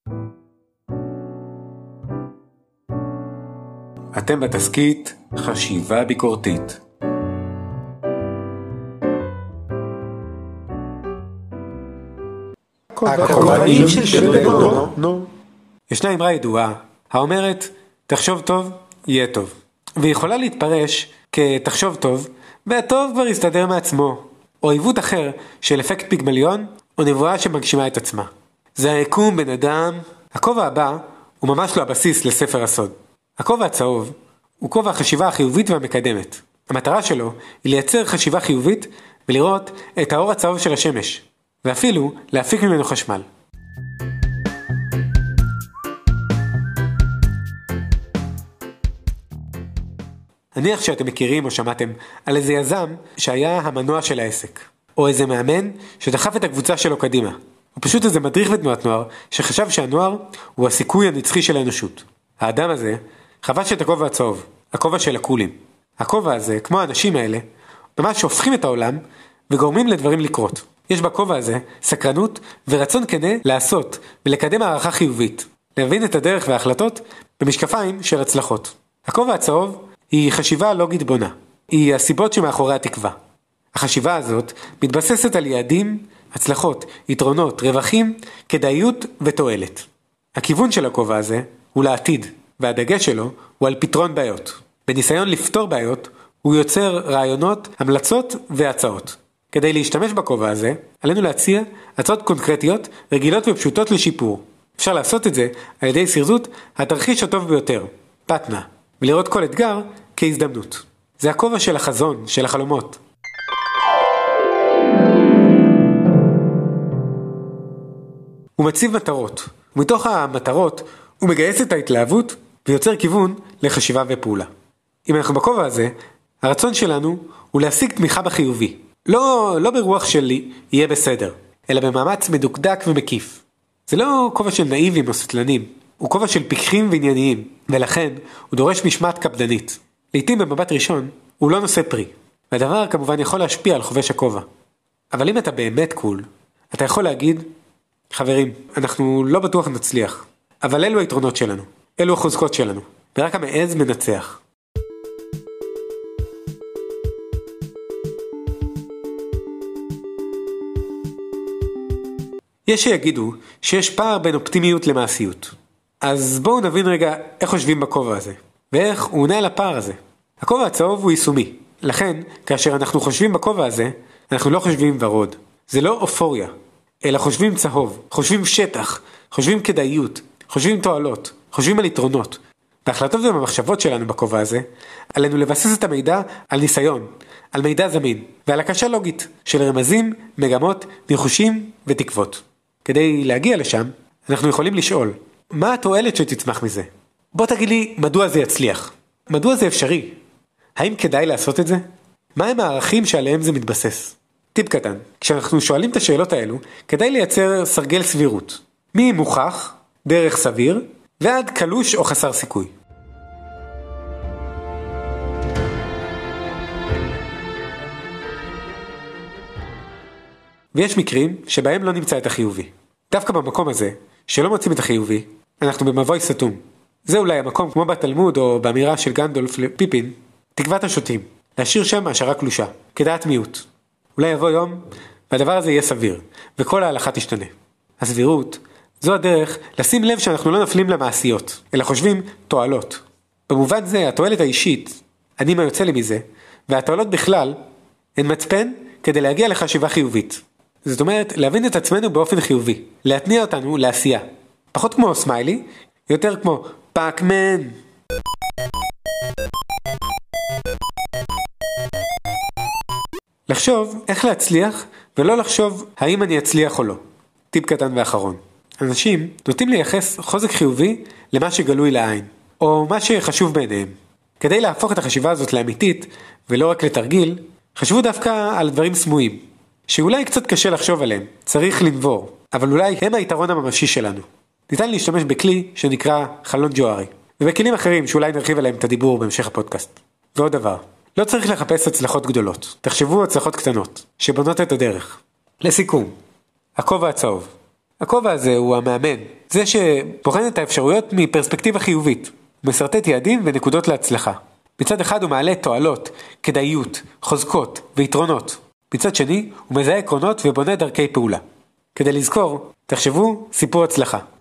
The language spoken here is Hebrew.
אתם בתסקית חשיבה ביקורתית. הכובעים של שבדונו. ישנה אמרה ידועה האומרת תחשוב טוב יהיה טוב, והיא יכולה להתפרש כתחשוב טוב והטוב כבר יסתדר מעצמו, או עיוות אחר של אפקט פיגמליון או נבואה שמגשימה את עצמה. זה היקום בן אדם. הכובע הבא הוא ממש לא הבסיס לספר הסוד. הכובע הצהוב הוא כובע החשיבה החיובית והמקדמת. המטרה שלו היא לייצר חשיבה חיובית ולראות את האור הצהוב של השמש, ואפילו להפיק ממנו חשמל. נניח שאתם מכירים או שמעתם על איזה יזם שהיה המנוע של העסק, או איזה מאמן שדחף את הקבוצה שלו קדימה, או פשוט איזה מדריך בתנועת נוער שחשב שהנוער הוא הסיכוי הנצחי של האנושות. האדם הזה חבש את הכובע הצהוב, הכובע של הקולים. הכובע הזה, כמו האנשים האלה, ממש הופכים את העולם וגורמים לדברים לקרות. יש בכובע הזה סקרנות ורצון כנה לעשות ולקדם הערכה חיובית, להבין את הדרך וההחלטות במשקפיים של הצלחות. הכובע הצהוב היא חשיבה לוגית בונה, היא הסיבות שמאחורי התקווה. החשיבה הזאת מתבססת על יעדים, הצלחות, יתרונות, רווחים, כדאיות ותועלת. הכיוון של הכובע הזה הוא לעתיד, והדגש שלו הוא על פתרון בעיות. בניסיון לפתור בעיות, הוא יוצר רעיונות, המלצות והצעות. כדי להשתמש בכובע הזה, עלינו להציע הצעות קונקרטיות, רגילות ופשוטות לשיפור. אפשר לעשות את זה על ידי סרזות התרחיש הטוב ביותר, פתנה, ולראות כל אתגר כהזדמנות. זה הכובע של החזון, של החלומות. הוא מציב מטרות, ומתוך המטרות הוא מגייס את ההתלהבות ויוצר כיוון לחשיבה ופעולה. אם אנחנו בכובע הזה, הרצון שלנו הוא להשיג תמיכה בחיובי. לא ברוח שלי יהיה בסדר, אלא במאמץ מדוקדק ומקיף. זה לא כובע של נאיבים או סטלנים, הוא כובע של פיקחים וענייניים, ולכן הוא דורש משמעת קפדנית. לעתים במבט ראשון הוא לא נושא פרי, והדבר כמובן יכול להשפיע על חובש הכובע. אבל אם אתה באמת קול, אתה יכול להגיד, חברים, אנחנו לא בטוח נצליח, אבל אלו היתרונות שלנו, אלו החוזקות שלנו, ורק המעז מנצח. יש שיגידו שיש פער בין אופטימיות למעשיות. אז בואו נבין רגע איך חושבים בכובע הזה, ואיך הוא עונה על הפער הזה. הכובע הצהוב הוא יישומי, לכן כאשר אנחנו חושבים בכובע הזה, אנחנו לא חושבים ורוד. זה לא אופוריה, אלא חושבים צהוב, חושבים שטח, חושבים כדאיות, חושבים תועלות, חושבים על יתרונות. בהחלטות ובמחשבות שלנו בכובע הזה, עלינו לבסס את המידע על ניסיון, על מידע זמין, ועל הקשה לוגית של רמזים, מגמות, ניחושים ותקוות. כדי להגיע לשם, אנחנו יכולים לשאול, מה התועלת שתצמח מזה? בוא תגיד לי, מדוע זה יצליח? מדוע זה אפשרי? האם כדאי לעשות את זה? מה הם הערכים שעליהם זה מתבסס? טיפ קטן, כשאנחנו שואלים את השאלות האלו, כדאי לייצר סרגל סבירות. ממוכח, דרך סביר, ועד קלוש או חסר סיכוי. ויש מקרים שבהם לא נמצא את החיובי. דווקא במקום הזה, שלא מוצאים את החיובי, אנחנו במבוי סתום. זה אולי המקום כמו בתלמוד או באמירה של גנדולף לפיפין, תקוות השוטים, להשאיר שם השערה קלושה, כדעת מיעוט. אולי יבוא יום והדבר הזה יהיה סביר, וכל ההלכה תשתנה. הסבירות זו הדרך לשים לב שאנחנו לא נפלים למעשיות, אלא חושבים תועלות. במובן זה, התועלת האישית, אני מה יוצא לי מזה, והתועלות בכלל, הן מצפן כדי להגיע לחשיבה חיובית. זאת אומרת, להבין את עצמנו באופן חיובי, להתניע אותנו לעשייה. פחות כמו סמיילי, יותר כמו פאקמן. לחשוב איך להצליח, ולא לחשוב האם אני אצליח או לא. טיפ קטן ואחרון. אנשים נוטים לייחס חוזק חיובי למה שגלוי לעין, או מה שחשוב בעיניהם. כדי להפוך את החשיבה הזאת לאמיתית, ולא רק לתרגיל, חשבו דווקא על דברים סמויים, שאולי קצת קשה לחשוב עליהם, צריך לנבור, אבל אולי הם היתרון הממשי שלנו. ניתן להשתמש בכלי שנקרא חלון ג'וארי, ובכלים אחרים שאולי נרחיב עליהם את הדיבור בהמשך הפודקאסט. ועוד דבר, לא צריך לחפש הצלחות גדולות, תחשבו הצלחות קטנות, שבונות את הדרך. לסיכום, הכובע הצהוב. הכובע הזה הוא המאמן, זה שבוחן את האפשרויות מפרספקטיבה חיובית, מסרטט יעדים ונקודות להצלחה. מצד אחד הוא מעלה תועלות, כדאיות, חוזקות ויתרונות. מצד שני הוא מזהה עקרונות ובונה דרכי פעולה. כדי לזכור, תחשבו סיפור הצלחה.